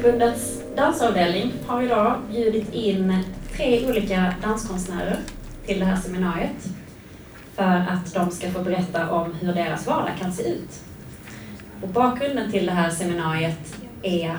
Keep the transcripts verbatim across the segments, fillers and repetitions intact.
Teaterförbundets dansavdelning har idag bjudit in tre olika danskonstnärer till det här seminariet för att de ska få berätta om hur deras vardag kan se ut. Och bakgrunden till det här seminariet är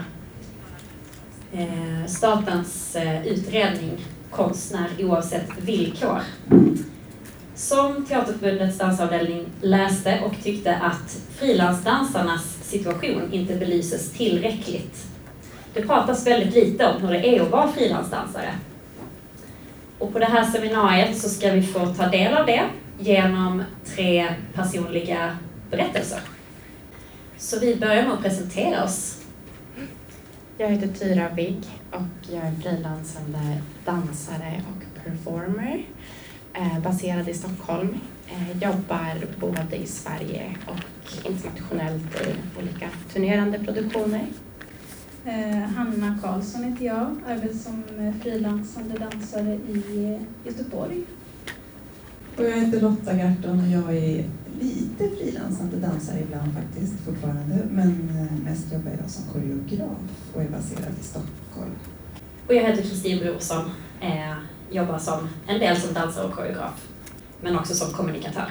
eh, statens eh, utredning Konstnär oavsett villkor, som Teaterförbundets dansavdelning läste och tyckte att frilansdansarnas situation inte belyses tillräckligt. Det pratas väldigt lite om hur det är att vara frilansdansare. Och på det här seminariet så ska vi få ta del av det genom tre personliga berättelser. Så vi börjar med att presentera oss. Jag heter Tyra Wigg och jag är frilansande dansare och performer eh, baserad i Stockholm. Eh, jobbar både i Sverige och internationellt i olika turnerande produktioner. Eh, Hanna Karlsson heter jag, arbetar som frilansande dansare i Göteborg. Och jag heter Lotta Garton och jag är lite frilansande dansare ibland faktiskt fortfarande, men mest jobbar jag som koreograf och är baserad i Stockholm. Och jag heter Kristin Brorsson, eh, jobbar som en del som dansare och koreograf, men också som kommunikatör.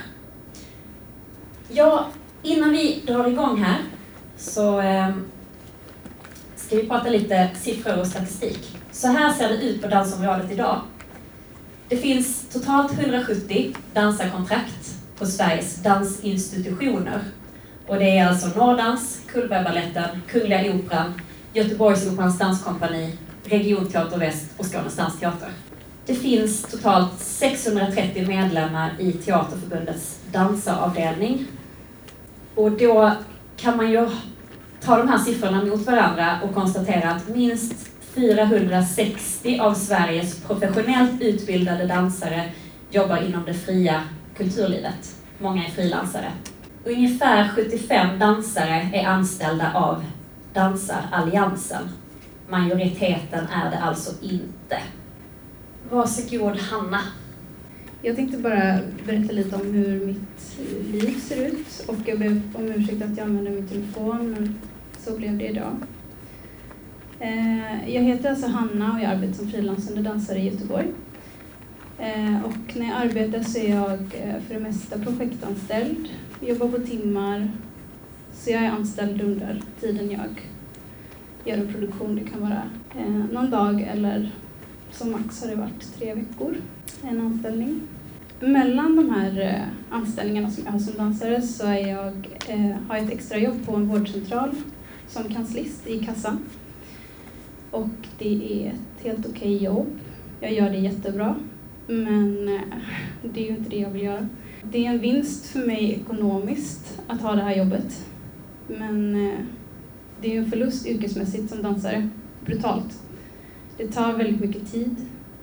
Ja, innan vi drar igång här så eh, ska vi prata lite siffror och statistik. Så här ser det ut på dansområdet idag. Det finns totalt hundrasjuttio dansarkontrakt på Sveriges dansinstitutioner. Och det är alltså Norrdans, Cullbergbaletten, Kungliga Operan, Göteborgsoperans danskompani, Regionteater Väst och Skånes dansteater. Det finns totalt sexhundratrettio medlemmar i Teaterförbundets dansavdelning. Och då kan man ju ta de här siffrorna mot varandra och konstatera att minst fyrahundrasextio av Sveriges professionellt utbildade dansare jobbar inom det fria kulturlivet. Många är frilansare. Ungefär sjuttiofem dansare är anställda av Dansaralliansen. Majoriteten är det alltså inte. Varsågod Hanna. Jag tänkte bara berätta lite om hur mitt liv ser ut. Och jag ber om ursäkt att jag använder min telefon, men så blev det idag. Jag heter alltså Hanna och jag arbetar som frilansande dansare i Göteborg. Och när jag arbetar så är jag för det mesta projektanställd. Jobbar på timmar, så jag är anställd under tiden jag gör en produktion. Det kan vara någon dag eller som max har det varit tre veckor, en anställning. Mellan de här anställningarna som jag har som dansare så är jag, har jag ett extra jobb på en vårdcentral som kanslist i kassan. Och det är ett helt okej jobb. Jag gör det jättebra. Men det är ju inte det jag vill göra. Det är en vinst för mig ekonomiskt att ha det här jobbet. Men det är ju en förlust yrkesmässigt som dansare. Brutalt. Det tar väldigt mycket tid.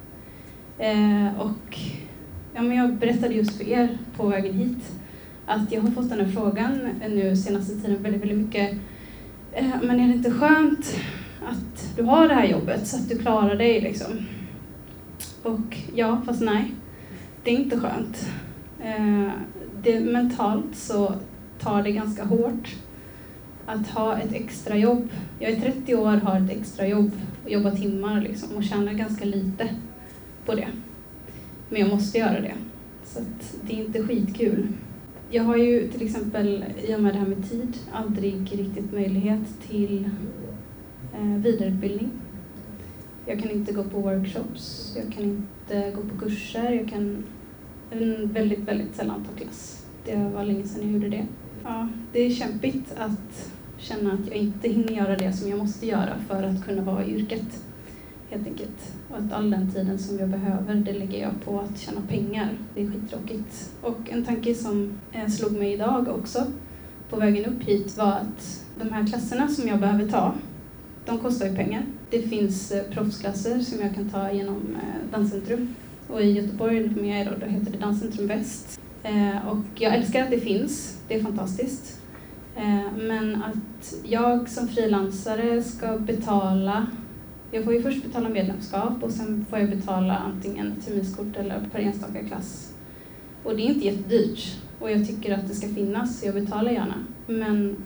Och ja, men jag berättade just för er på vägen hit att jag har fått den här frågan nu senaste tiden väldigt, väldigt mycket. Men är det inte skönt att du har det här jobbet så att du klarar dig liksom? Och ja, fast nej, det är inte skönt. Eh, det, mentalt så tar det ganska hårt att ha ett extra jobb. Jag är trettio år, har ett extra jobb och jobbar timmar liksom, och tjänar ganska lite på det. Men jag måste göra det, så att det är inte skitkul. Jag har ju till exempel, i och med det här med tid, aldrig riktigt möjlighet till vidareutbildning. Jag kan inte gå på workshops, jag kan inte gå på kurser, jag kan väldigt, väldigt sällan ta klass. Det var länge sedan jag gjorde det. Ja, det är kämpigt att känna att jag inte hinner göra det som jag måste göra för att kunna vara i yrket, helt enkelt. Och att all den tiden som jag behöver, det lägger jag på att tjäna pengar. Det är skittråkigt. Och en tanke som slog mig idag också på vägen upp hit var att de här klasserna som jag behöver ta, de kostar ju pengar. Det finns eh, proffsklasser som jag kan ta genom eh, Danscentrum. Och i Göteborg, med jag är då, då heter det Danscentrum Väst. Eh, och jag älskar att det finns. Det är fantastiskt. Eh, men att jag som frilansare ska betala... Jag får ju först betala medlemskap och sen får jag betala antingen terminskort eller per enstaka klass. Och det är inte jättedyrt. Och jag tycker att det ska finnas, så jag betalar gärna. Men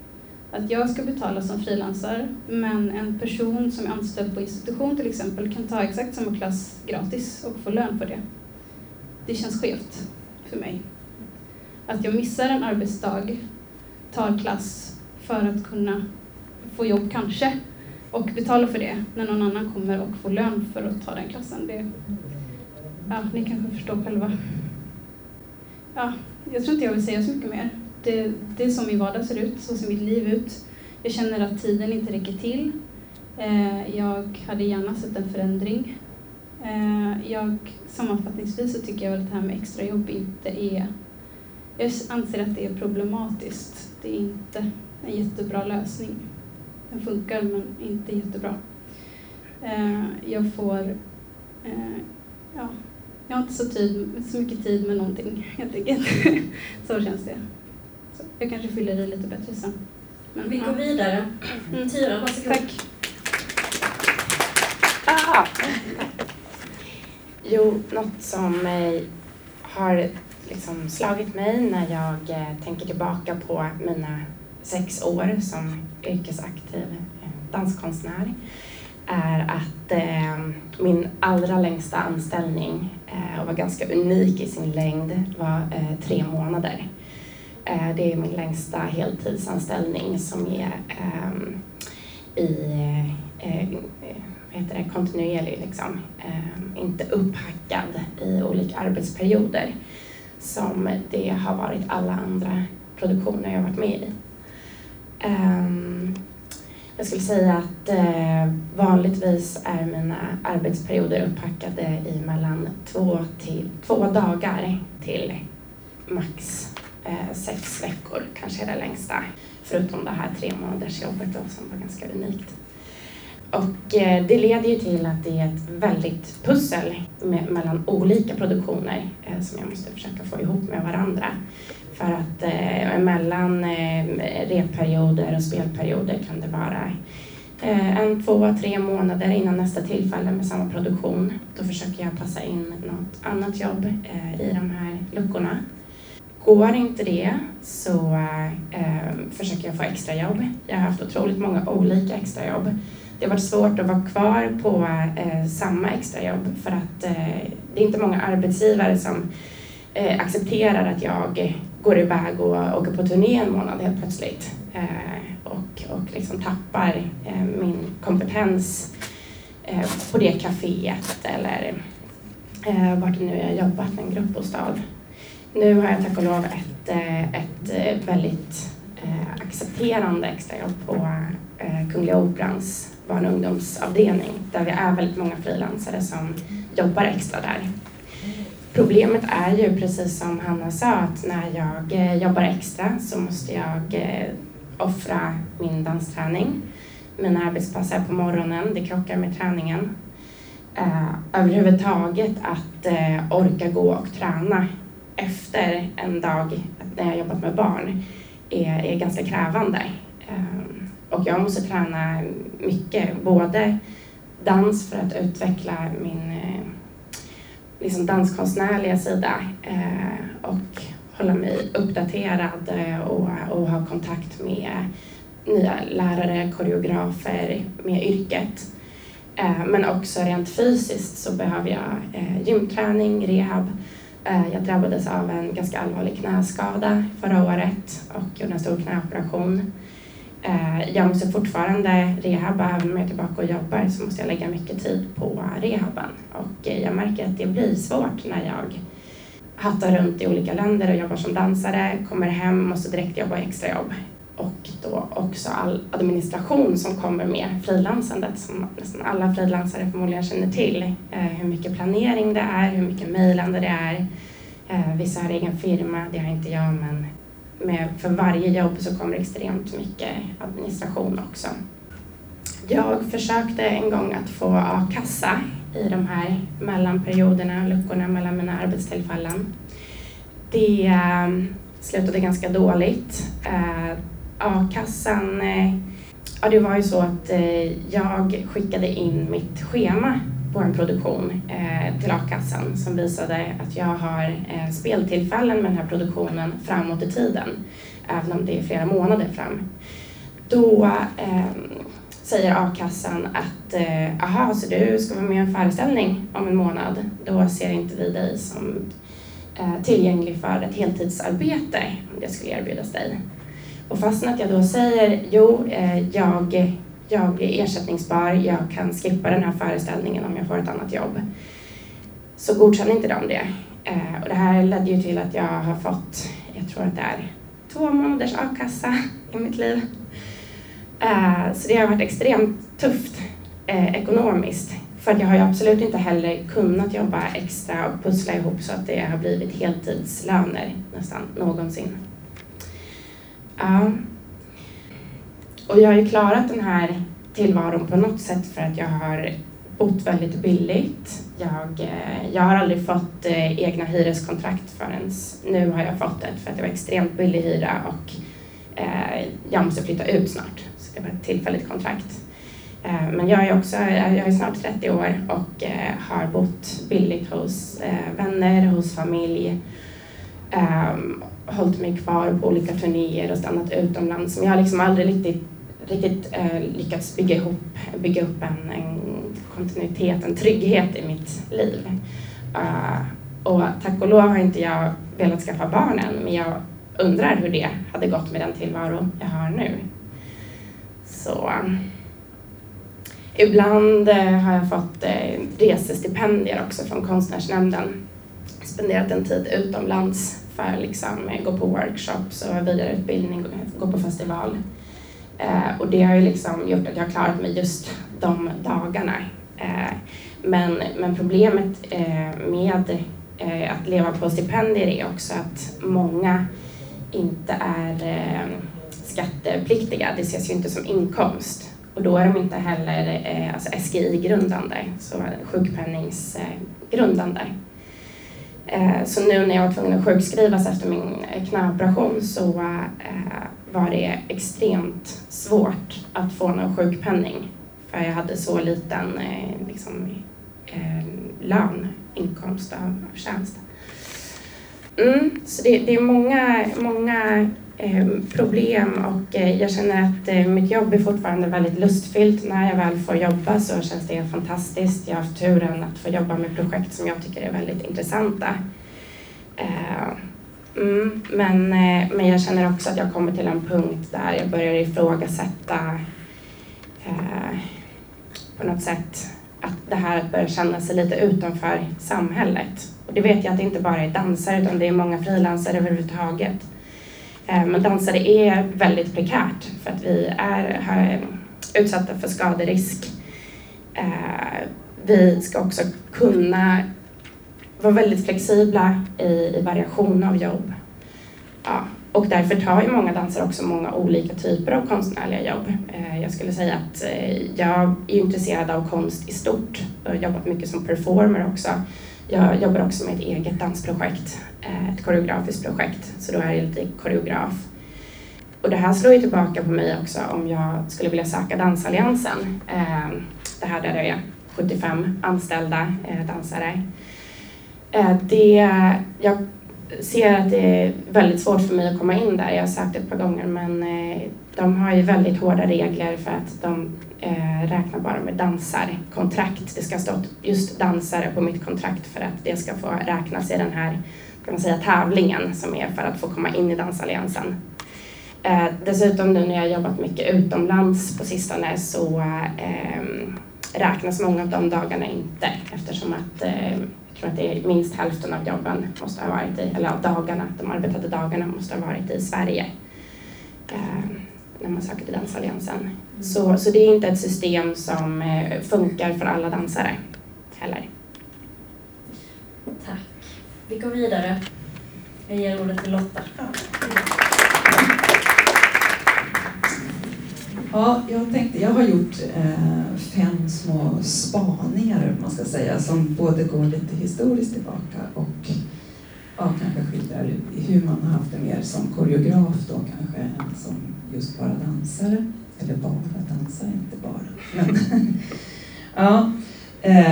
Att jag ska betala som frilansare, men en person som är anställd på institution till exempel kan ta exakt samma klass gratis och få lön för det. Det känns skevt för mig. Att jag missar en arbetsdag, tar klass för att kunna få jobb kanske och betala för det när någon annan kommer och får lön för att ta den klassen. Det, ja, ni kanske förstår själva. Ja, jag tror inte jag vill säga så mycket mer. Det, det är som min vardag ser ut, så ser mitt liv ut. Jag känner att tiden inte räcker till. Eh, jag hade gärna sett en förändring. Eh, jag, sammanfattningsvis så tycker jag väl att det här med extrajobb inte är... Jag anser att det är problematiskt. Det är inte en jättebra lösning. Den funkar men inte jättebra. Eh, jag får... Eh, ja, jag har inte så, tid, så mycket tid med någonting helt enkelt. Så känns det. Så jag kanske fyller i lite bättre sen. Men, vi går ja. vidare. Mm. Tyra, varsågod. Tack. Ah. Jo, något som eh, har liksom slagit mig när jag eh, tänker tillbaka på mina sex år som yrkesaktiv eh, danskonstnär är att eh, min allra längsta anställning eh, och var ganska unik i sin längd var eh, tre månader. Eh, det är min längsta heltidsanställning som är eh, i eh, vad heter det, kontinuerlig, liksom, eh, inte upphackad i olika arbetsperioder som det har varit alla andra produktioner jag varit med i. Eh, Jag skulle säga att eh, vanligtvis är mina arbetsperioder upphackade i mellan två, till, två dagar till max eh, sex veckor, kanske det längsta. Förutom det här tre månaders jobbet då, som var ganska unikt. Och eh, det leder ju till att det är ett väldigt pussel med, mellan olika produktioner eh, som jag måste försöka få ihop med varandra. För att eh, mellan eh, repperioder och spelperioder kan det vara eh, en, två, tre månader innan nästa tillfälle med samma produktion. Då försöker jag passa in något annat jobb eh, i de här luckorna. Går inte det så eh, försöker jag få extra jobb. Jag har haft otroligt många olika extra jobb. Det har varit svårt att vara kvar på eh, samma extra jobb för att eh, det är inte många arbetsgivare som eh, accepterar att jag går iväg och åker på turné en månad helt plötsligt eh, och, och liksom tappar eh, min kompetens eh, på det kaféet eller eh, vart det nu jag har jobbat med en gruppbostad. Nu har jag tack och lov ett, eh, ett väldigt eh, accepterande extrajobb på eh, Kungliga Operans barn- och ungdomsavdelning där vi är väldigt många frilansare som jobbar extra där. Problemet är ju precis som Hanna sa att när jag eh, jobbar extra så måste jag eh, offra min dansträning. Mina arbetspass är på morgonen, det krockar med träningen. Eh, överhuvudtaget att eh, orka gå och träna efter en dag när jag jobbat med barn är, är ganska krävande. Eh, och jag måste träna mycket, både dans för att utveckla min eh, liksom danskonstnärliga sida eh, och hålla mig uppdaterad eh, och, och ha kontakt med nya lärare, koreografer, med yrket. Eh, men också rent fysiskt så behöver jag eh, gymträning, rehab. Eh, jag drabbades av en ganska allvarlig knäskada förra året och gjorde en stor knäoperation. Eh, jag måste fortfarande rehabba, även om jag är tillbaka och jobbar så måste jag lägga mycket tid på rehaben. Och eh, jag märker att det blir svårt när jag hattar runt i olika länder och jobbar som dansare, kommer hem, måste direkt jobba extrajobb. Och då också all administration som kommer med frilansandet som nästan alla frilansare förmodligen känner till. Eh, hur mycket planering det är, hur mycket mejlande det är. Eh, vissa har egen firma, det har inte jag, men med, för varje jobb så kommer extremt mycket administration också. Jag försökte en gång att få a-kassa i de här mellanperioderna, luckorna mellan mina arbetstillfällen. Det eh, slutade ganska dåligt. Eh, a-kassan, eh, ja det var ju så att eh, jag skickade in mitt schema på en produktion eh, till a-kassan som visade att jag har eh, speltillfällen med den här produktionen framåt i tiden, även om det är flera månader fram. då eh, säger a-kassan att eh, aha, så du ska vara med i en föreställning om en månad. Då ser inte vi dig som eh, tillgänglig för ett heltidsarbete om det skulle erbjudas dig. Och fastän att jag då säger jo, eh, jag, jag är ersättningsbar, jag kan skippa den här föreställningen om jag får ett annat jobb, så godkänner inte de det. Eh, och det här ledde ju till att jag har fått, jag tror att det är två månaders a-kassa i mitt liv. Uh, så det har varit extremt tufft eh, ekonomiskt. För att jag har ju absolut inte heller kunnat jobba extra och pussla ihop så att det har blivit heltidslöner nästan någonsin. Uh, och jag har ju klarat den här tillvaron på något sätt för att jag har bott väldigt billigt. Jag, eh, jag har aldrig fått eh, egna hyreskontrakt förrän nu har jag fått det för att det var extremt billig hyra och eh, jag måste flytta ut snart. Så det var ett tillfälligt kontrakt. Eh, men jag är också, jag är snart trettio år och eh, har bott billigt hos eh, vänner, hos familj. Eh, hållit mig kvar på olika turnéer och stannat utomlands. Men jag har liksom aldrig riktigt, riktigt eh, lyckats bygga, ihop, bygga upp en, en kontinuitet, en trygghet i mitt liv. Uh, och tack och lov har inte jag velat skaffa barn än, men jag undrar hur det hade gått med den tillvaro jag har nu. Så uh, ibland uh, har jag fått uh, resestipendier också från konstnärsnämnden. Spenderat en tid utomlands för liksom uh, gå på workshops och vidareutbildning, gå på festival. Uh, och det har ju liksom gjort att jag har klarat mig just de dagarna. Uh, men, men problemet uh, med uh, att leva på stipendier är också att många inte är uh, skattepliktiga. Det ses ju inte som inkomst. Och då är de inte heller uh, alltså S G I-grundande, så sjukpenningsgrundande. Uh, så nu när jag var tvungen att sjukskrivas efter min knäoperation så uh, var det extremt svårt att få någon sjukpenning. För jag hade så liten eh, liksom, eh, lön, inkomst av, av tjänst. Mm, så det, det är många, många eh, problem och eh, jag känner att eh, mitt jobb är fortfarande väldigt lustfyllt. När jag väl får jobba så känns det fantastiskt. Jag har haft turen att få jobba med projekt som jag tycker är väldigt intressanta. Eh, Mm, men, eh, men jag känner också att jag kommer till en punkt där jag börjar ifrågasätta eh, på något sätt att det här börjar känna sig lite utanför samhället. Och det vet jag att det inte bara är dansare utan det är många frilansare överhuvudtaget. Eh, men dansare är väldigt prekärt för att vi är här, utsatta för skaderisk. Eh, vi ska också kunna var väldigt flexibla i, i variation av jobb. Ja, och därför tar ju många dansare också många olika typer av konstnärliga jobb. Eh, jag skulle säga att eh, jag är intresserad av konst i stort. Jag har jobbat mycket som performer också. Jag jobbar också med ett eget dansprojekt, eh, ett koreografiskt projekt. Så då är jag lite koreograf. Och det här slår ju tillbaka på mig också om jag skulle vilja söka Dansalliansen. Eh, det här där det är sjuttiofem anställda eh, dansare. Det, jag ser att det är väldigt svårt för mig att komma in där. Jag har sökt ett par gånger men de har ju väldigt hårda regler för att de räknar bara med dansarkontrakt. Det ska stå just dansare på mitt kontrakt för att det ska få räknas i den här kan man säga, tävlingen som är för att få komma in i Dansalliansen. Dessutom nu när jag har jobbat mycket utomlands på sistone så eh, räknas många av de dagarna inte eftersom att eh, jag tror att det är minst hälften av jobben måste ha varit i, eller av dagarna, de arbetade dagarna måste ha varit i Sverige eh, när man söker till Dansalliansen. Mm. Så, så det är inte ett system som eh, funkar för alla dansare heller. Tack. Vi går vidare. Jag ger ordet till Lotta. Ja. Ja, jag tänkte, jag har gjort eh, fem små spaningar, man ska säga, som både går lite historiskt tillbaka och ja, kanske skildrar hur man har haft det mer som koreograf då kanske än som just bara dansare. Eller bara dansare, inte bara. Men, ja, eh,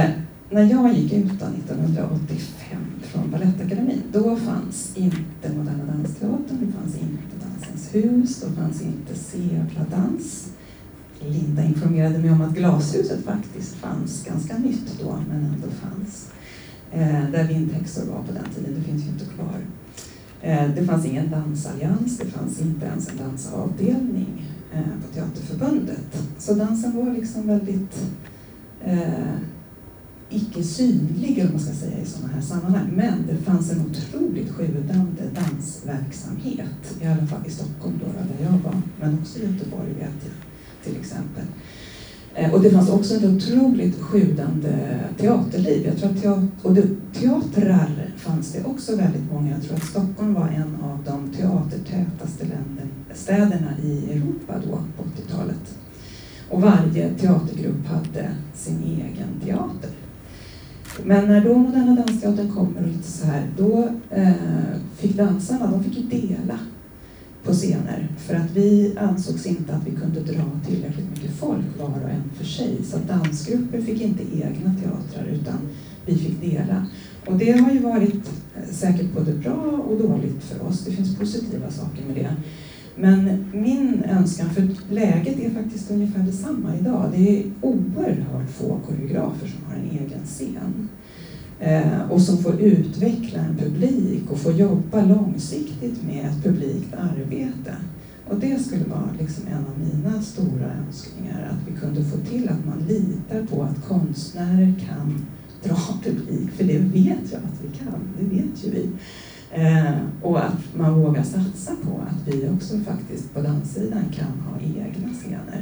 när jag gick ut nittonhundraåttiofem från Balettakademin, då fanns inte Moderna Dansteatern, det fanns inte Dansens hus, då fanns inte Zebradans. Linda informerade mig om att Glashuset faktiskt fanns ganska nytt då, men ändå fanns. Eh, där Vindhäxor var på den tiden, det finns ju inte kvar. Eh, det fanns ingen dansallians, det fanns inte ens en dansavdelning eh, på Teaterförbundet. Så dansen var liksom väldigt eh, icke-synlig, om man ska säga, i sådana här sammanhang. Men det fanns en otroligt sjudande dansverksamhet, i alla fall i Stockholm då, där jag var, men också i Göteborg vet jag. Till exempel. Eh, och det fanns också ett otroligt sjudande teaterliv. Jag tror att teater, och det, teatrar fanns det också väldigt många. Jag tror att Stockholm var en av de teatertätaste länder, städerna i Europa då på åttiotalet. Och varje teatergrupp hade sin egen teater. Men när då Moderna Dansteatern kommer och lite så här, då eh, fick dansarna, de fick ju dela på scener, för att vi ansågs inte att vi kunde dra tillräckligt mycket folk var och en för sig. Så dansgrupper fick inte egna teatrar, utan vi fick dela. Och det har ju varit säkert både bra och dåligt för oss. Det finns positiva saker med det. Men min önskan, för läget är faktiskt ungefär detsamma idag. Det är oerhört få koreografer som har en egen scen. Eh, och som får utveckla en publik och få jobba långsiktigt med ett publikt arbete. Och det skulle vara liksom en av mina stora önskningar, att vi kunde få till att man litar på att konstnärer kan dra publik, för det vet jag att vi kan, det vet ju vi. Eh, och att man vågar satsa på att vi också faktiskt på danssidan kan ha egna scener.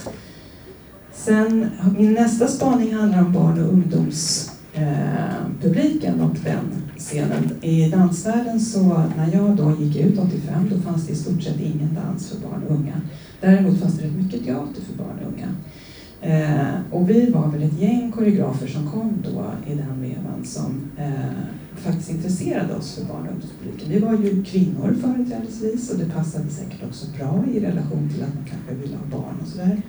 Sen, min nästa spaning handlar om barn- och ungdoms Eh, publiken och den scenen. I dansvärlden, så när jag då gick ut åttiofem, då fanns det i stort sett ingen dans för barn och unga. Däremot fanns det rätt mycket teater för barn och unga. Eh, och vi var väl ett gäng koreografer som kom då i den vevan som eh, faktiskt intresserade oss för barn- och ungdomspubliken. Vi var ju kvinnor företrädesvis, och det passade säkert också bra i relation till att man kanske ville ha barn och sådär.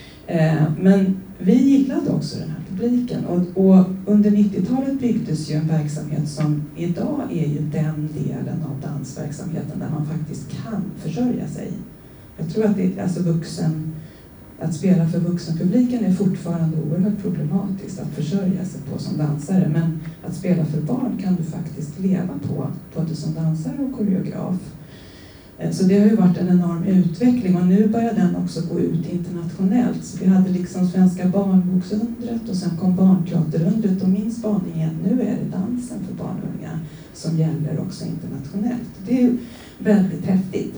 Men vi gillade också den här publiken, och, och under nittiotalet byggdes ju en verksamhet som idag är ju den delen av dansverksamheten där man faktiskt kan försörja sig. Jag tror att det, alltså vuxen, att spela för vuxenpubliken är fortfarande oerhört problematiskt att försörja sig på som dansare, men att spela för barn kan du faktiskt leva på, både som dansare och koreograf. Så det har ju varit en enorm utveckling, och nu börjar den också gå ut internationellt. Så vi hade liksom Svenska barnboksundret och sen kom barnteaterundret, och min spaning är att nu är det dansen för barn och unga som gäller också internationellt. Det är ju väldigt häftigt.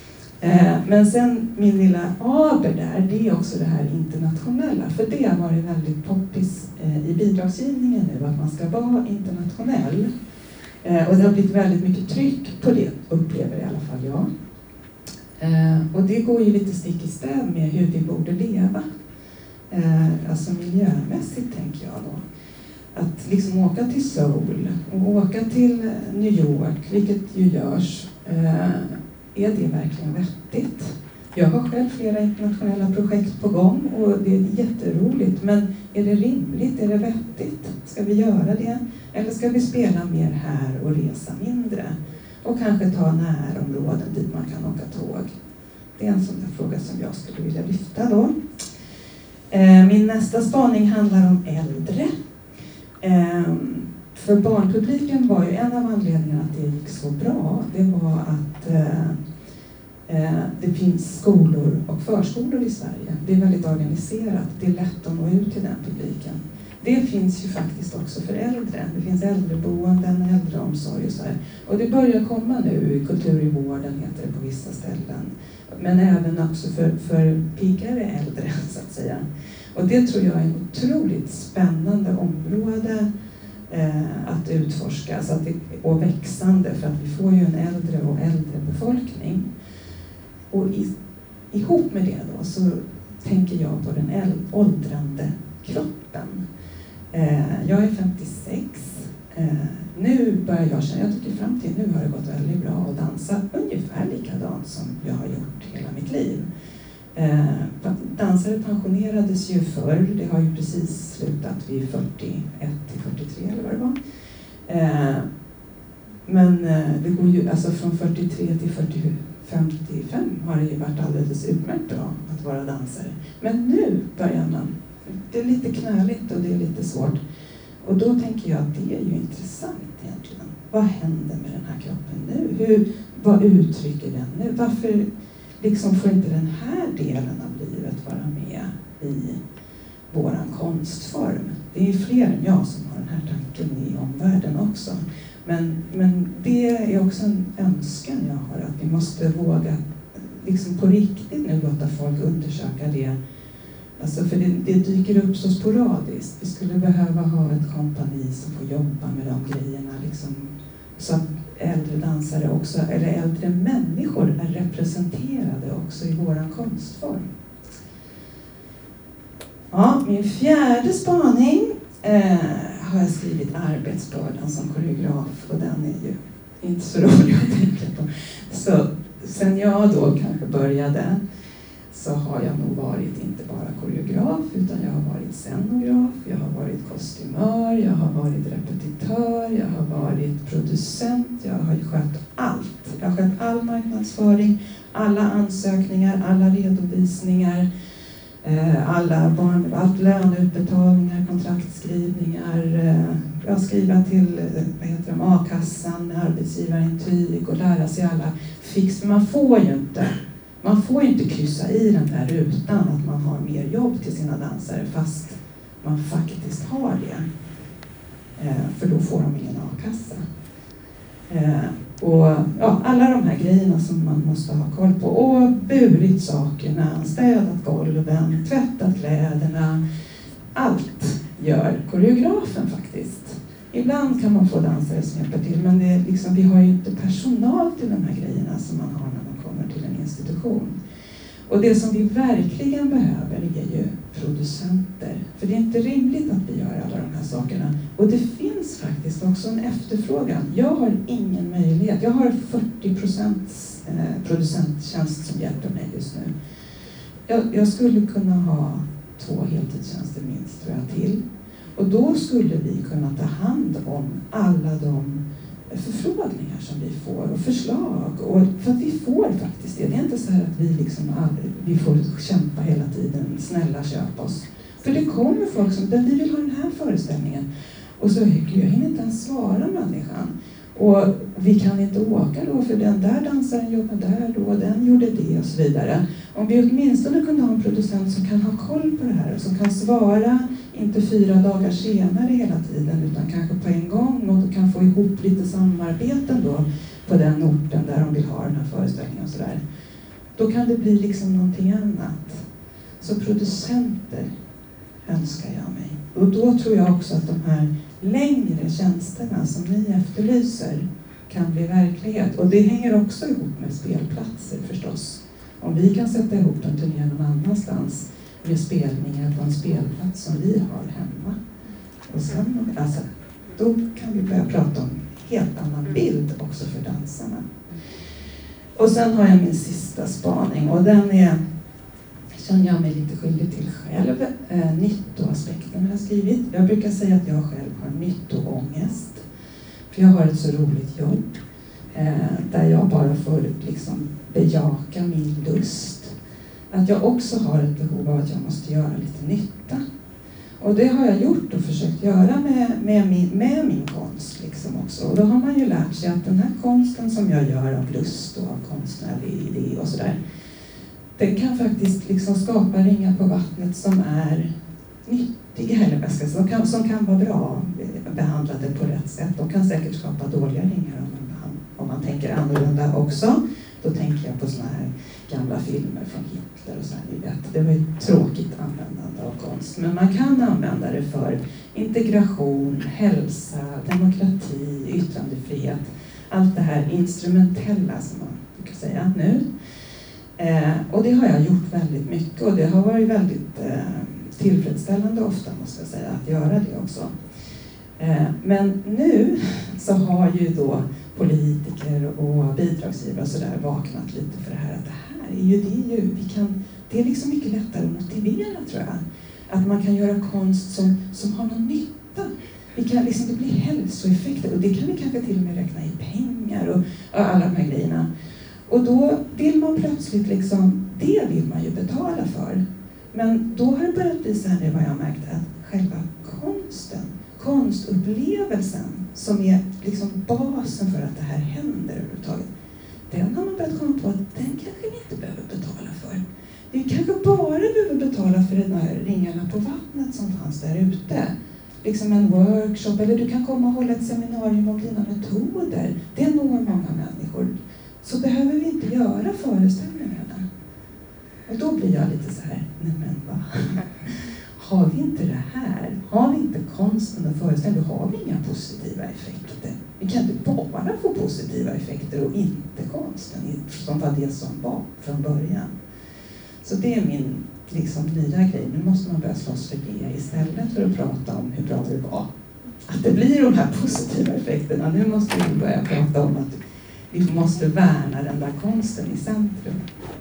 Men sen min lilla aber där, det är också det här internationella. För det har varit väldigt poppis i bidragsgivningen nu, att man ska vara internationell. Och det har blivit väldigt mycket tryck på det, upplever i alla fall jag. Och det går ju lite stick i stäv med hur vi borde leva. Alltså miljömässigt, tänker jag då. Att liksom åka till Seoul och åka till New York, vilket ju görs, är det verkligen vettigt? Jag har själv flera internationella projekt på gång och det är jätteroligt, men är det rimligt? Är det vettigt? Ska vi göra det? Eller ska vi spela mer här och resa mindre? Och kanske ta närområden dit man kan åka tåg. Det är en sån där fråga som jag skulle vilja lyfta då. Min nästa spaning handlar om äldre. För barnpubliken var ju en av anledningarna att det gick så bra. Det var att det finns skolor och förskolor i Sverige. Det är väldigt organiserat. Det är lätt att nå ut till den publiken. Det finns ju faktiskt också för äldre. Det finns äldreboenden, äldreomsorg och så här. Och det börjar komma nu, kultur i vården heter det på vissa ställen. Men även också för, för piggare äldre, så att säga. Och det tror jag är ett otroligt spännande område eh, att utforska så att det, och växande, för att vi får ju en äldre och äldre befolkning. Och i, ihop med det då så tänker jag på den äl, åldrande kroppen. Eh, jag är femtiosex. Eh, nu börjar jag känna, jag tycker fram till nu har det gått väldigt bra att dansa ungefär likadant som jag har gjort hela mitt liv. Eh, dans dansare pensionerades ju förr. Det har ju precis slutat vid fyrtioett till fyrtiotre eller vad det var. Eh, men eh, det går ju, alltså från fyrtiotre till fyrtio, femtiofem har det ju varit alldeles utmärkt bra att vara dansare. Men nu börjar man, det är lite knöligt och det är lite svårt. Och då tänker jag att det är ju intressant egentligen. Vad händer med den här kroppen nu? Hur, vad uttrycker den nu? Varför liksom får inte den här delen av livet vara med i våran konstform? Det är fler än jag som har den här tanken i omvärlden också. Men, men det är också en önskan jag har, att vi måste våga liksom på riktigt nu låta folk undersöka det. Alltså för det, det dyker upp så sporadiskt. Vi skulle behöva ha ett kompani som får jobba med de grejerna. Liksom, så att äldre dansare också, eller äldre människor är representerade också i våran konstform. Ja, min fjärde spaning eh, har jag skrivit arbetsbördan som koreograf, och den är ju inte så rolig att tänka på. Så sen jag då kanske började så har jag nog varit inte bara koreograf, utan jag har varit scenograf, jag har varit kostymör, jag har varit repetitör, jag har varit producent, jag har skött allt. Jag har skött all marknadsföring, alla ansökningar, alla redovisningar, alla barn, allt löneutbetalningar, kontraktskrivningar, jag skriver till vad heter de, A-kassan med arbetsgivarintyg och lära sig alla fix. Men man får ju inte Man får inte kryssa i den där rutan att man har mer jobb till sina dansare fast man faktiskt har det. Eh, för då får de ingen a-kassa. Eh, och ja, alla de här grejerna som man måste ha koll på. Och burit sakerna, städat golven, tvättat kläderna. Allt gör koreografen faktiskt. Ibland kan man få dansare som hjälper till, men det är liksom, vi har ju inte personal till de här grejerna som man har när man kommer till en institution. Och det som vi verkligen behöver är ju producenter. För det är inte rimligt att vi gör alla de här sakerna. Och det finns faktiskt också en efterfrågan. Jag har ingen möjlighet. Jag har fyrtio procent producenttjänst som hjälper mig just nu. Jag, jag skulle kunna ha två heltidstjänster minst, tror jag, till. Och då skulle vi kunna ta hand om alla de förfrågningar som vi får och förslag. Och för att vi får faktiskt det. Det är inte så här att vi, liksom aldrig, vi får kämpa hela tiden. Snälla, köp oss. För det kommer folk som, vi vill ha den här föreställningen. Och så, gud, jag hinner inte ens svara människan. Och vi kan inte åka då, för den där dansaren jobbade där då, den gjorde det och så vidare. Om vi åtminstone kunde ha en producent som kan ha koll på det här och som kan svara inte fyra dagar senare hela tiden, utan kanske på en gång, och kan få ihop lite samarbeten då på den orten där de vill ha den här föreställningen och sådär. Då kan det bli liksom någonting annat. Så producenter önskar jag mig. Och då tror jag också att de här längre tjänsterna som ni efterlyser kan bli verklighet. Och det hänger också ihop med spelplatser förstås. Om vi kan sätta ihop en turné någon annanstans med spelningar på en spelplats som vi har hemma. Och sen, alltså, då kan vi börja prata om en helt annan bild också för dansarna. Och sen har jag min sista spaning, och den är, känner jag mig lite skyldig till själv. Eh, nyttoaspekten har jag skrivit. Jag brukar säga att jag själv har nyttoångest. För jag har ett så roligt jobb. Eh, där jag bara får liksom bejaka min lust. Att jag också har ett behov av att jag måste göra lite nytta. Och det har jag gjort och försökt göra med, med, min, med min konst liksom också. Och då har man ju lärt sig att den här konsten som jag gör av lust och av konstnärlig idé och sådär, den kan faktiskt liksom skapa ringar på vattnet som är nyttiga, eller vad ska jag säga, som kan, som kan vara bra behandlade på rätt sätt. De kan säkert skapa dåliga ringar om man, om man tänker annorlunda också. Då tänker jag på såna här gamla filmer från Hitler och så här, ni vet. Det var ju tråkigt användande av konst. Men man kan använda det för integration, hälsa, demokrati, yttrandefrihet. Allt det här instrumentella som man brukar säga nu. Eh, och det har jag gjort väldigt mycket, och det har varit väldigt eh, tillfredsställande ofta, måste jag säga, att göra det också. Eh, men nu så har ju då politiker och bidragsgivare och sådär vaknat lite för det här. Att det här är ju det ju, vi kan, det är liksom mycket lättare att motivera, tror jag. Att man kan göra konst som, som har någon nytta. Vi kan liksom, det blir hälsoeffekter och det kan vi kanske till och med räkna i pengar och, och alla de här grejerna. Och då vill man plötsligt liksom, det vill man ju betala för. Men då har det börjat bli så här nu, vad jag har märkt, att själva konsten, konstupplevelsen som är liksom basen för att det här händer överhuvudtaget, den har man börjat komma på att den kanske vi inte behöver betala för. Vi kanske bara behöver betala för de här ringarna på vattnet som fanns där ute. Liksom en workshop, eller du kan komma och hålla ett seminarium om dina metoder. Det når många människor. Så behöver vi inte göra föreställningarna. Och då blir jag lite så här, nej men va? Har vi inte det här? Har vi inte konsten och föreställningen, då har vi inga positiva effekter. Vi kan inte bara få positiva effekter och inte konsten, som var det som var från början. Så det är min liksom nya grej. Nu måste man börja slåss för det istället för att prata om hur bra det var. Att det blir de här positiva effekterna. Nu måste vi börja prata om att vi måste värna den där konsten i centrum.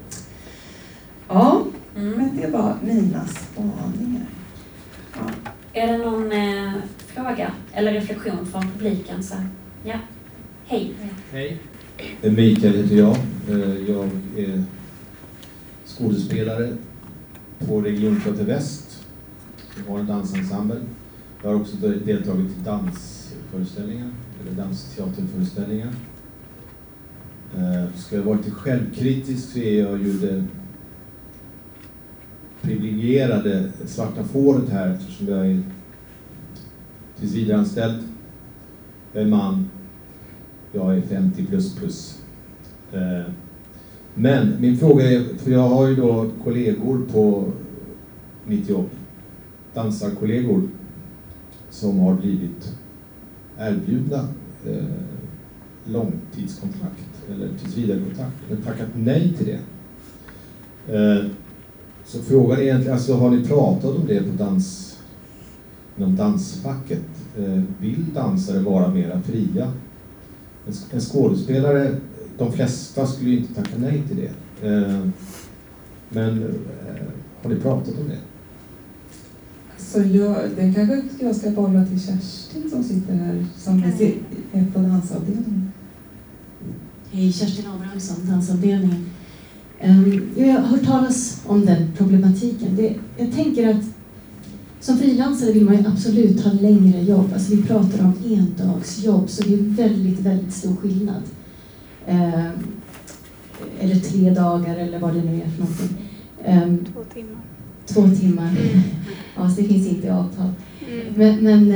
Ja, mm. men det var mina spaningar. Ja. Är det någon eh, fråga eller reflektion från publiken? Så, ja. Hej. Hej. Mikael heter jag. Jag är skådespelare på Regionteater Väst. Jag har en dansensemble. Jag har också deltagit i dansföreställningar, eller dansteaterföreställningar. Ska jag vara lite självkritisk så är jag ju det privilegierade svarta fåret här, eftersom jag är tills vidare anställd. Jag är man. Jag är femtio plus plus. Men min fråga är, för jag har ju då kollegor på mitt jobb, dansarkollegor, som har blivit erbjudna eh, långtidskontrakt eller tillsvidarekontrakt, men tackat nej till det. Eh, så frågan är egentligen, alltså har ni pratat om det på dans, inom dansfacket? Eh, vill dansare vara mera fria? En, en skådespelare, de flesta skulle ju inte tacka nej till det. Eh, men eh, har ni pratat om det? Så jag, det kanske jag ska bolla till Kerstin som sitter här, som är på dansavdelningen. Hej, Kerstin Abrahamsson, dansavdelningen. Um, jag har hört talas om den problematiken. Det, jag tänker att som frilansare vill man ju absolut ha längre jobb. Alltså vi pratar om endagsjobb, så det är väldigt, väldigt stor skillnad. Um, eller tre dagar eller vad det nu är för någonting. Um, Två timmar. Två timmar. Mm. Ja, så det finns inte i avtal. Mm. Men, men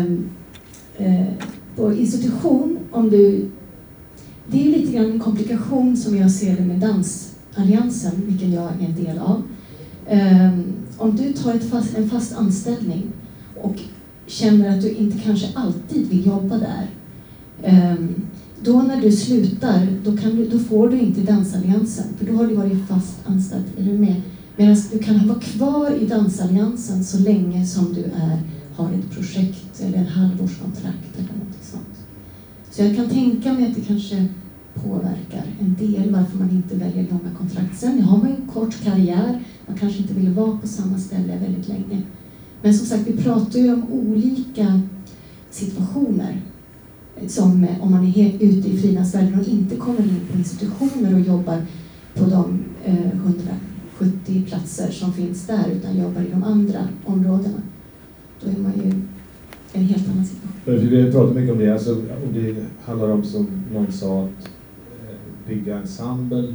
eh, eh, på institution, om du... Det är lite grann en komplikation som jag ser det med Dansalliansen, vilken jag är en del av. Eh, om du tar ett fast, en fast anställning och känner att du inte kanske alltid vill jobba där. Eh, då när du slutar, då, kan du, då får du inte Dansalliansen, för då har du varit fast anställd. Är du med? Medan du kan vara kvar i Dansalliansen så länge som du är, har ett projekt eller en halvårskontrakt eller något sånt. Så jag kan tänka mig att det kanske påverkar en del varför man inte väljer långa kontrakt. Sen har man ju en kort karriär, man kanske inte vill vara på samma ställe väldigt länge. Men som sagt, vi pratar ju om olika situationer. Som om man är helt ute i frilansvärlden och inte kommer in på institutioner och jobbar på de eh, hundrasjuttio platser som finns där, utan jobbar i de andra områdena. Då är man ju en helt annan situation. Vi har pratat mycket om det. Alltså, om det handlar om, som någon sa, att bygga ensemble,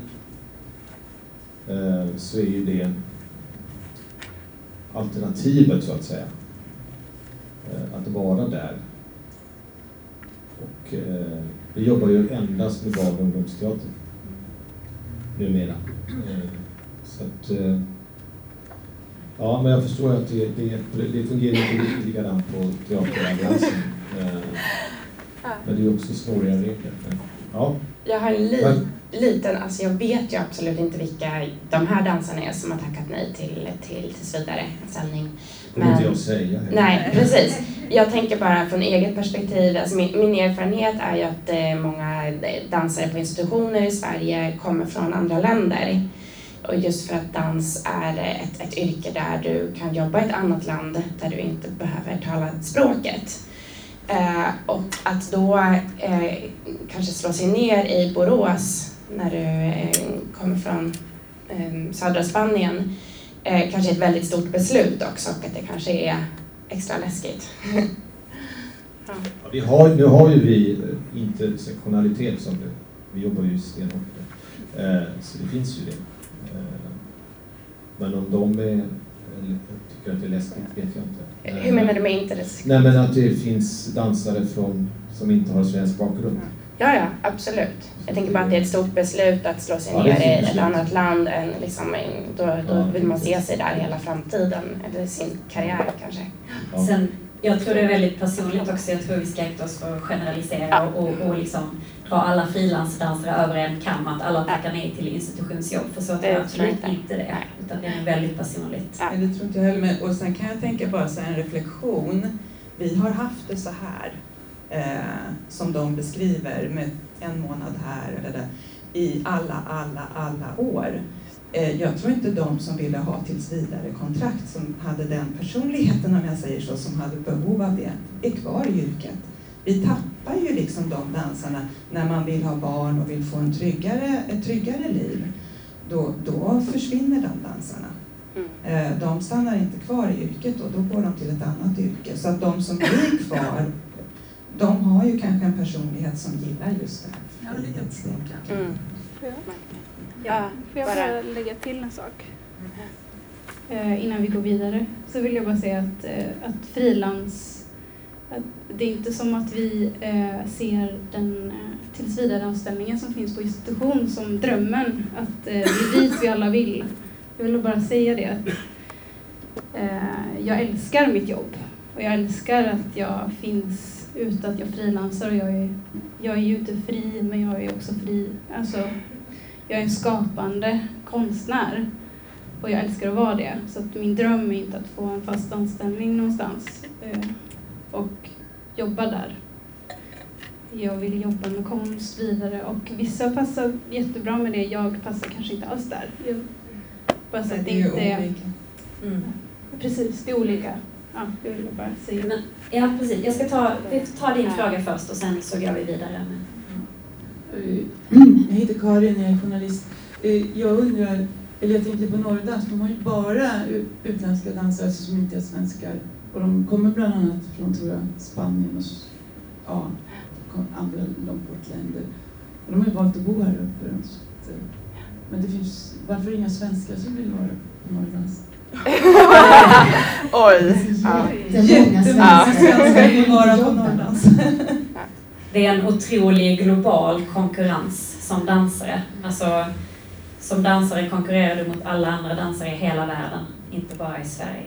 eh, så är ju det alternativet, så att säga. Eh, att vara där. Och eh, vi jobbar ju endast med barn- och ungdomsteater numera. Eh, så att... Eh, Ja, men jag förstår att det, det, det fungerar inte riktigt likadant på Teateralliansen. Eh, men det är också snåriga regler. Men, ja. Jag har li- liten, alltså jag vet ju absolut inte vilka de här dansarna är som har tackat nej till, till tills vidare anställning. Det kommer inte jag säga. Nej, precis. Jag tänker bara från eget perspektiv, alltså min, min erfarenhet är ju att eh, många dansare på institutioner i Sverige kommer från andra länder. Och just för att dans är ett, ett yrke där du kan jobba i ett annat land där du inte behöver tala språket. Eh, och att då eh, kanske slå sig ner i Borås när du eh, kommer från eh, södra Spanien eh, kanske är ett väldigt stort beslut också, och att det kanske är extra läskigt. Ja. Ja, vi har, nu har ju vi intersektionalitet som det. Vi jobbar ju stenhårt med det. Eh, så det finns ju det. Eh, men om de är, eller, tycker att det är läskigt vet jag inte. Hur menar du med intersektionalitet? Nej, men att det finns dansare från, som inte har svensk bakgrund. Ja, ja, absolut. Jag tänker bara att det är ett stort beslut att slå sig ja, ner i ett annat land. Än liksom, då då ja, vill man se sig där hela framtiden, eller sin karriär kanske. Ja. Sen, jag tror det är väldigt personligt också. Jag tror vi ska akta oss för att generalisera Ja. och, och liksom dra alla frilansdansare över en kam, att alla tackar nej till institutionsjobb. För så är det absolut inte, inte det. Utan det är väldigt personligt. Ja. Nej, det tror inte jag heller. Men, och sen kan jag tänka bara så här, en reflektion. Vi har haft det så här. Eh, som de beskriver med en månad här eller där, i alla, alla, alla år. Eh, jag tror inte de som ville ha tills vidare kontrakt, som hade den personligheten, om jag säger så, som hade behov av det, är kvar i yrket. Vi tappar ju liksom de dansarna när man vill ha barn och vill få en tryggare, ett tryggare liv. Då, då försvinner de dansarna. Eh, de stannar inte kvar i yrket och då går de till ett annat yrke. Så att de som blir kvar, de har ju kanske en personlighet som gillar just det här. Ja, lite uppsnackad. Mm. Ja, får jag bara lägga till en sak? Eh, innan vi går vidare så vill jag bara säga att, eh, att frilans, att det är inte som att vi eh, ser den eh, tillsvidareanställningen som finns på institution som drömmen, att eh, det är dit vi alla vill. Jag vill bara säga det, att eh, jag älskar mitt jobb och jag älskar att jag finns ute, att jag frilansar, och jag är, jag är ju inte fri, men jag är också fri. Alltså, jag är en skapande konstnär och jag älskar att vara det. Så att min dröm är inte att få en fast anställning någonstans eh, och jobba där. Jag vill jobba med konst vidare, och vissa passar jättebra med det. Jag passar kanske inte alls där. Jag, bara så att det, det är inte är olika. Mm. Precis, det är olika. Ja, jag vill bara säga. Men, ja, precis. Jag ska ta, vi tar din fråga först och sen så går vi vidare. Jag heter Karin, jag är journalist. Jag undrar, eller jag tänkte på Norrdans, de har ju bara utländska dansare som inte är svenskar. Och de kommer bland annat från, tror jag, Spanien och ja, andra långt bort länder. Och de har ju valt att bo här uppe. Men det finns, varför inga svenskar som vill vara på Norrdans? Oj! Ja. Jättemånga svenskar vill vara på Norrdans. Det är en otrolig global konkurrens som dansare. Alltså, som dansare konkurrerar du mot alla andra dansare i hela världen, inte bara i Sverige.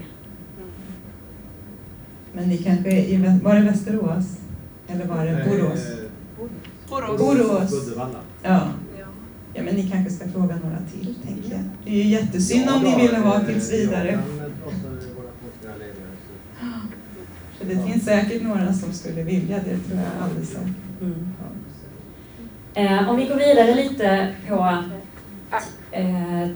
Men ni kanske är i, var det Västerås? Eller var det Borås? Borås. Borås. Uddevalla. Ja. Ja, men ni kanske ska fråga några till, tänker jag. Det är ju jättesynd om ni ville ha tills vidare. För det finns säkert några som skulle vilja det, tror jag alldeles säkert. Mm. Eh, om vi går vidare lite på eh,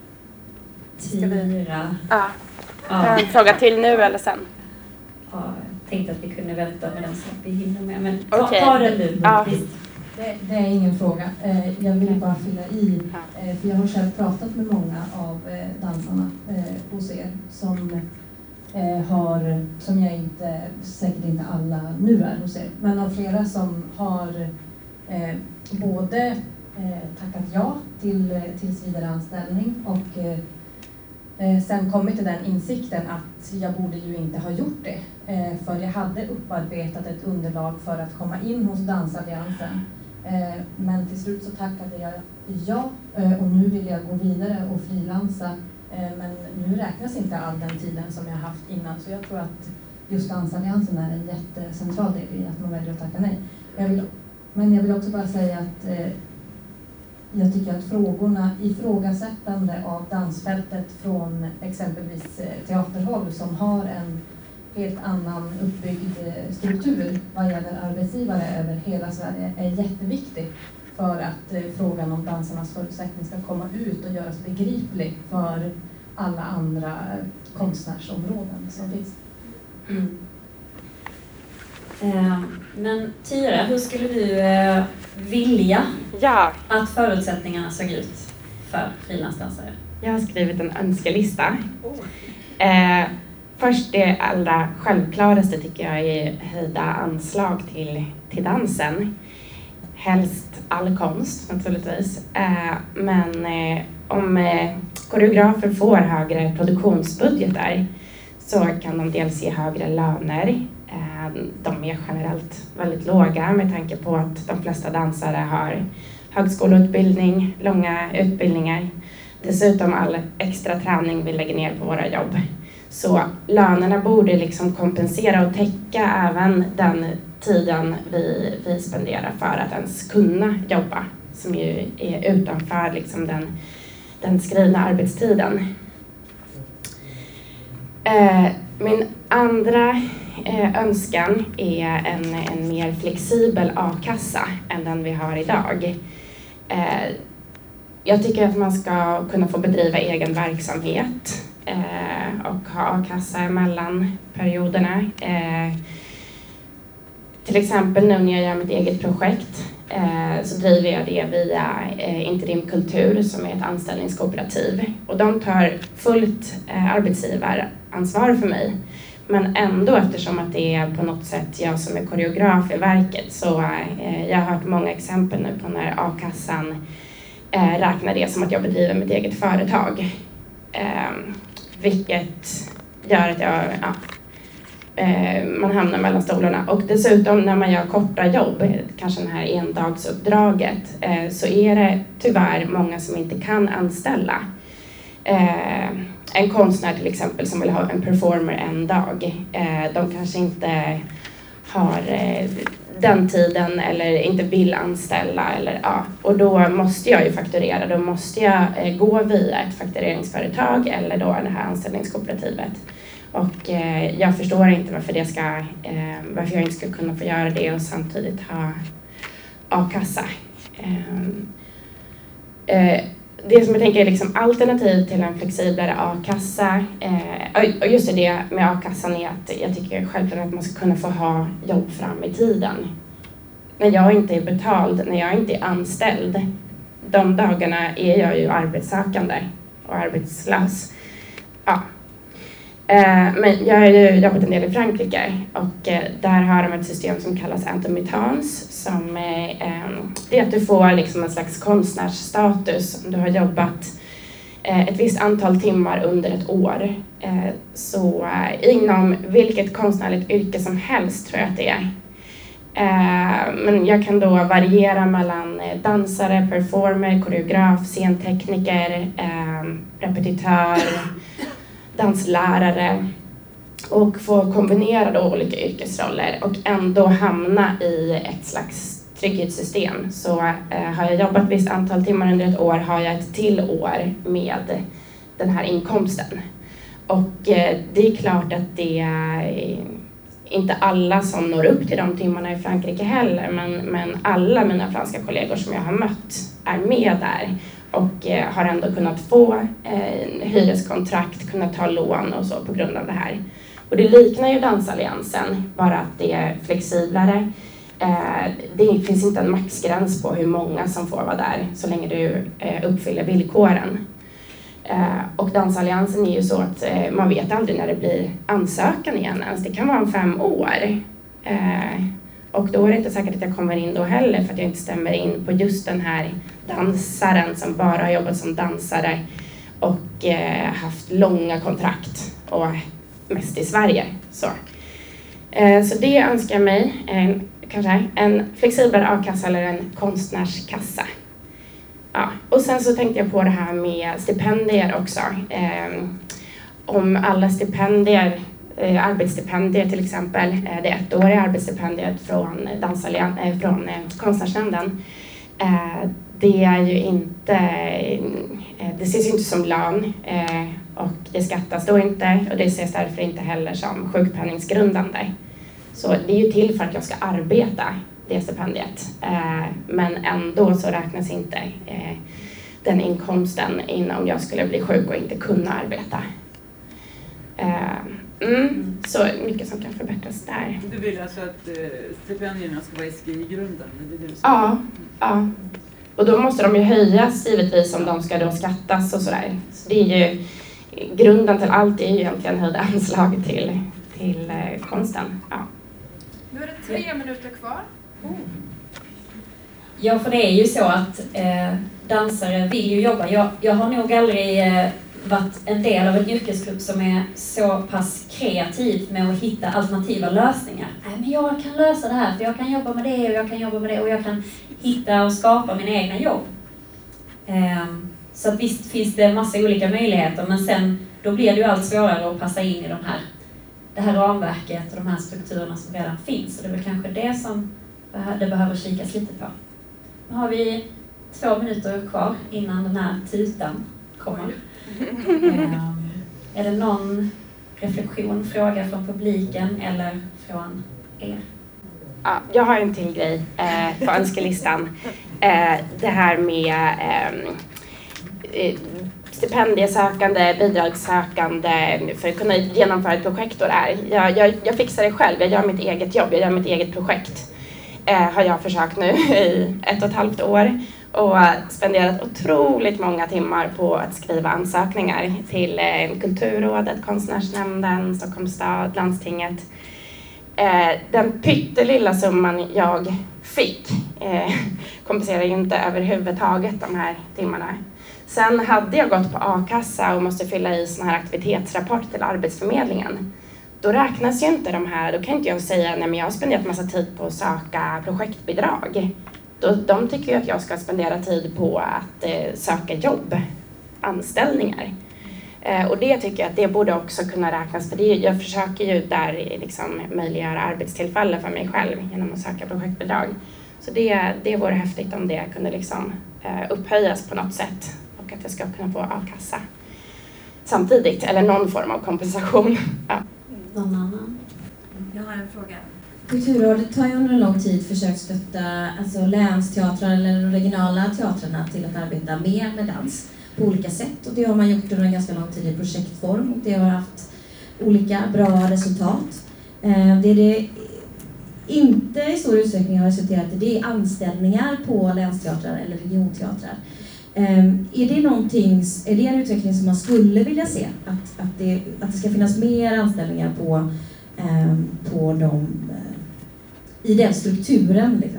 Tyra. Ja. Ja. En fråga till nu eller sen? Ja, jag tänkte att vi kunde vänta med den så att vi hinner med. Men ta, Okej. ta den nu. Ja. Det, det är ingen fråga. Eh, jag vill bara fylla i, eh, för jag har själv pratat med många av eh, dansarna eh, hos er som eh, har, som jag inte, säkert inte alla nu är hos er, men av flera som har eh, både eh, tackat ja till eh, tills vidare anställning och eh, eh, sen kommit till den insikten att jag borde ju inte ha gjort det, eh, för jag hade upparbetat ett underlag för att komma in hos Dansalliansen. Eh, men till slut så tackade jag ja, eh, och nu vill jag gå vidare och frilansa. Eh, men nu räknas inte all den tiden som jag haft innan, så jag tror att just Dansalliansen är en jättecentral del i att man väljer att tacka nej. Jag vill, men jag vill också bara säga att eh, jag tycker att frågorna ifrågasättande av dansfältet från exempelvis teaterhåll som har en helt annan uppbyggd struktur vad gäller arbetsgivare över hela Sverige är jätteviktig för att frågan om dansarnas förutsättning ska komma ut och göras begriplig för alla andra konstnärsområden som finns. Mm. Eh, men Tyra, hur skulle du eh, vilja Ja. att förutsättningarna såg ut för frilansdansare? Jag har skrivit en önskelista. Eh, först det allra självklaraste tycker jag är höjda anslag till, till dansen. Helst all konst naturligtvis. Eh, men eh, om eh, koreografer får högre produktionsbudgetar så kan de dels ge högre löner. Eh, de är generellt väldigt låga med tanke på att de flesta dansare har högskoleutbildning, långa utbildningar. Dessutom all extra träning vi lägger ner på våra jobb. Så lönerna borde liksom kompensera och täcka även den tiden vi, vi spenderar för att ens kunna jobba. Som ju är utanför liksom den, den skrivna arbetstiden. Eh, min andra eh, önskan är en, en mer flexibel a-kassa än den vi har idag. Eh, jag tycker att man ska kunna få bedriva egen verksamhet eh, och ha a-kassa mellan perioderna. Eh, till exempel nu när jag gör mitt eget projekt eh, så driver jag det via eh, Interim Kultur som är ett anställningskooperativ. Och de tar fullt eh, arbetsgivaransvar för mig. Men ändå, eftersom att det är på något sätt jag som är koreograf i verket, så eh, jag har hört många exempel nu på när a-kassan eh, räknar det som att jag bedriver mitt eget företag. Eh, vilket gör att jag, ja, eh, man hamnar mellan stolarna. Och dessutom när man gör korta jobb, kanske det här endagsuppdraget, eh, så är det tyvärr många som inte kan anställa. Eh, en konstnär till exempel som vill ha en performer en dag, eh, de kanske inte har eh, den tiden eller inte vill anställa. Eller, ja. Och då måste jag ju fakturera, då måste jag eh, gå via ett faktureringsföretag eller då det här anställningskooperativet. Och eh, jag förstår inte varför, det ska, eh, varför jag inte ska kunna få göra det och samtidigt ha a-kassa. Eh, eh, Det som jag tänker är liksom alternativ till en flexiblare a-kassa. Eh, och just det med a-kassan är att jag tycker självklart att man ska kunna få ha jobb fram i tiden. När jag inte är betald, när jag inte är anställd, de dagarna är jag ju arbetssökande och arbetslös. Ja. Eh, men jag har ju jobbat en del i Frankrike och eh, där har de ett system som kallas intermittens som eh, det är att du får liksom en slags konstnärsstatus om du har jobbat eh, ett visst antal timmar under ett år. Eh, så eh, inom vilket konstnärligt yrke som helst tror jag att det är. Eh, men jag kan då variera mellan eh, dansare, performer, koreograf, scentekniker, eh, repetitör, danslärare och få kombinera då olika yrkesroller och ändå hamna i ett slags trygghetssystem. Så eh, har jag jobbat ett visst antal timmar under ett år har jag ett till år med den här inkomsten. Och eh, det är klart att det är inte alla som når upp till de timmarna i Frankrike heller, men, men alla mina franska kollegor som jag har mött är med där. Och eh, har ändå kunnat få eh, hyreskontrakt, kunnat ta lån och så på grund av det här. Och det liknar ju Dansalliansen, bara att det är flexiblare. Eh, det finns inte en maxgräns på hur många som får vara där så länge du eh, uppfyller villkoren. Eh, och Dansalliansen är ju så att eh, man vet aldrig när det blir ansökan igen ens. Det kan vara om fem år. Eh, Och då är det inte säkert att jag kommer in då heller för att jag inte stämmer in på just den här dansaren som bara har jobbat som dansare och eh, haft långa kontrakt och mest i Sverige. Så, eh, så det önskar jag mig, en, kanske en flexibel a-kassa eller en konstnärskassa. Ja. Och sen så tänkte jag på det här med stipendier också. Eh, om alla stipendier Eh, arbetsstipendier till exempel, eh, det ettåriga arbetsstipendiet från, Dansallian, eh, från eh, Konstnärsnämnden. Eh, det är ju inte, det ses ju inte som lön och det skattas då inte och det ses därför inte heller som sjukpenningsgrundande. Så det är ju till för att jag ska arbeta, det stipendiet. Men ändå så räknas inte den inkomsten in om jag skulle bli sjuk och inte kunna arbeta. Mm, så mycket som kan förbättras där. Du vill alltså att stipendierna ska vara S G I-grundande? Ja, ja. Och då måste de ju höjas givetvis om de ska då skattas och sådär. Så det är ju, grunden till allt är ju egentligen höjda anslag till, till eh, konsten. Ja. Nu är det tre minuter kvar. Oh. Ja, för det är ju så att eh, dansare vill ju jobba. Jag, jag har nog aldrig eh, varit en del av en yrkesgrupp som är så pass kreativ med att hitta alternativa lösningar. Nej, men jag kan lösa det här, för jag kan jobba med det och jag kan jobba med det och jag kan hitta och skapa mina egna jobb. Eh, så att visst finns det massa olika möjligheter, men sen då blir det ju allt svårare att passa in i de här, det här ramverket och de här strukturerna som redan finns. Och det är väl kanske det som det behöver kikas lite på. Nu har vi två minuter kvar innan den här tutan kommer. Eh, är det någon reflektion, fråga från publiken eller från er? Ja, jag har en till grej eh, på önskelistan. Eh, det här med eh, stipendiesökande, bidragssökande för att kunna genomföra ett projekt. Och där. Jag, jag, jag fixar det själv, jag gör mitt eget jobb, jag gör mitt eget projekt. Eh, har jag försökt nu i ett och ett halvt år. Och spenderat otroligt många timmar på att skriva ansökningar till eh, Kulturrådet, Konstnärsnämnden, Stockholms stad, landstinget. Eh, den pyttelilla summan jag fick eh, kompenserar ju inte överhuvudtaget de här timmarna. Sen hade jag gått på a-kassa och måste fylla i sån här aktivitetsrapport till Arbetsförmedlingen. Då räknas ju inte de här, då kan inte jag säga nej men jag har spenderat massa tid på att söka projektbidrag. Då, de tycker ju att jag ska spendera tid på att eh, söka jobb, anställningar. Eh, och det tycker jag att det borde också kunna räknas, för det, jag försöker ju där liksom möjliggöra arbetstillfällen för mig själv genom att söka projektbidrag. Så det, det vore häftigt om det kunde liksom, eh, upphöjas på något sätt och att jag ska kunna få a-kassa samtidigt, eller någon form av kompensation. Ja. Någon annan? Jag har en fråga. Kulturrådet har ju under en lång tid försökt stötta alltså länsteatrar eller de regionala teatrarna till att arbeta mer med dans på olika sätt. Och det har man gjort under en ganska lång tid i projektform och det har haft olika bra resultat. Det det inte i stor utsträckning har resulterat i det är anställningar på länsteatrar eller regionteatrar. Är det någonting, är det en utveckling som man skulle vilja se? Att, att, det, att det ska finnas mer anställningar på, på de, i den strukturen liksom?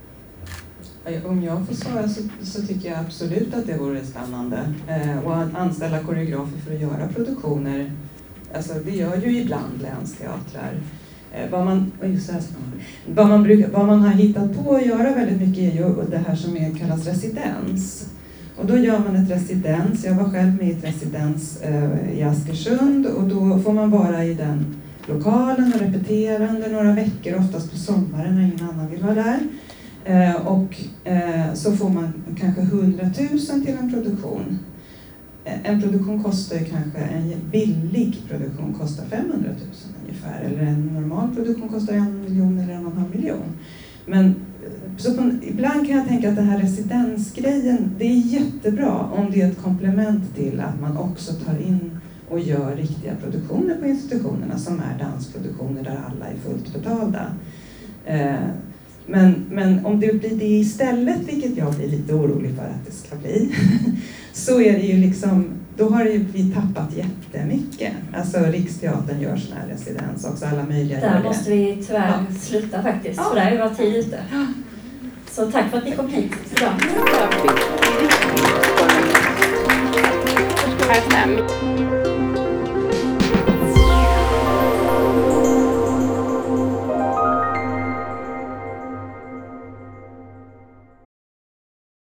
Om jag får svara så, så tycker jag absolut att det vore spännande. Eh, och att anställa koreografer för att göra produktioner. Alltså det gör ju ibland länsteatrar. Eh, vad, man, oj, så här, vad, man brukar, vad man har hittat på att göra väldigt mycket är ju det här som är, kallas residens. Och då gör man ett residens. Jag var själv med i ett residens eh, i Askersund och då får man vara i den lokalen och repetera under några veckor, oftast på sommaren när ingen annan vill vara där. Eh, och eh, så får man kanske hundratusen till en produktion. En produktion kostar ju kanske, en billig produktion kostar femhundratusen ungefär. Eller en normal produktion kostar en miljon eller en och en halv miljon. Men så på, ibland kan jag tänka att den här residensgrejen, det är jättebra om det är ett komplement till att man också tar in och gör riktiga produktioner på institutionerna som är dansproduktioner där alla är fullt betalda. Eh, Men, men om det blir det istället, vilket jag blir lite orolig för att det ska bli, så är det ju liksom, då har det ju vi tappat jättemycket. Alltså Riksteatern gör sån här residens också, alla möjliga. Där måste vi tyvärr ja. sluta faktiskt, ja. för där är vår tid ute. Så tack för att ni kom hit idag.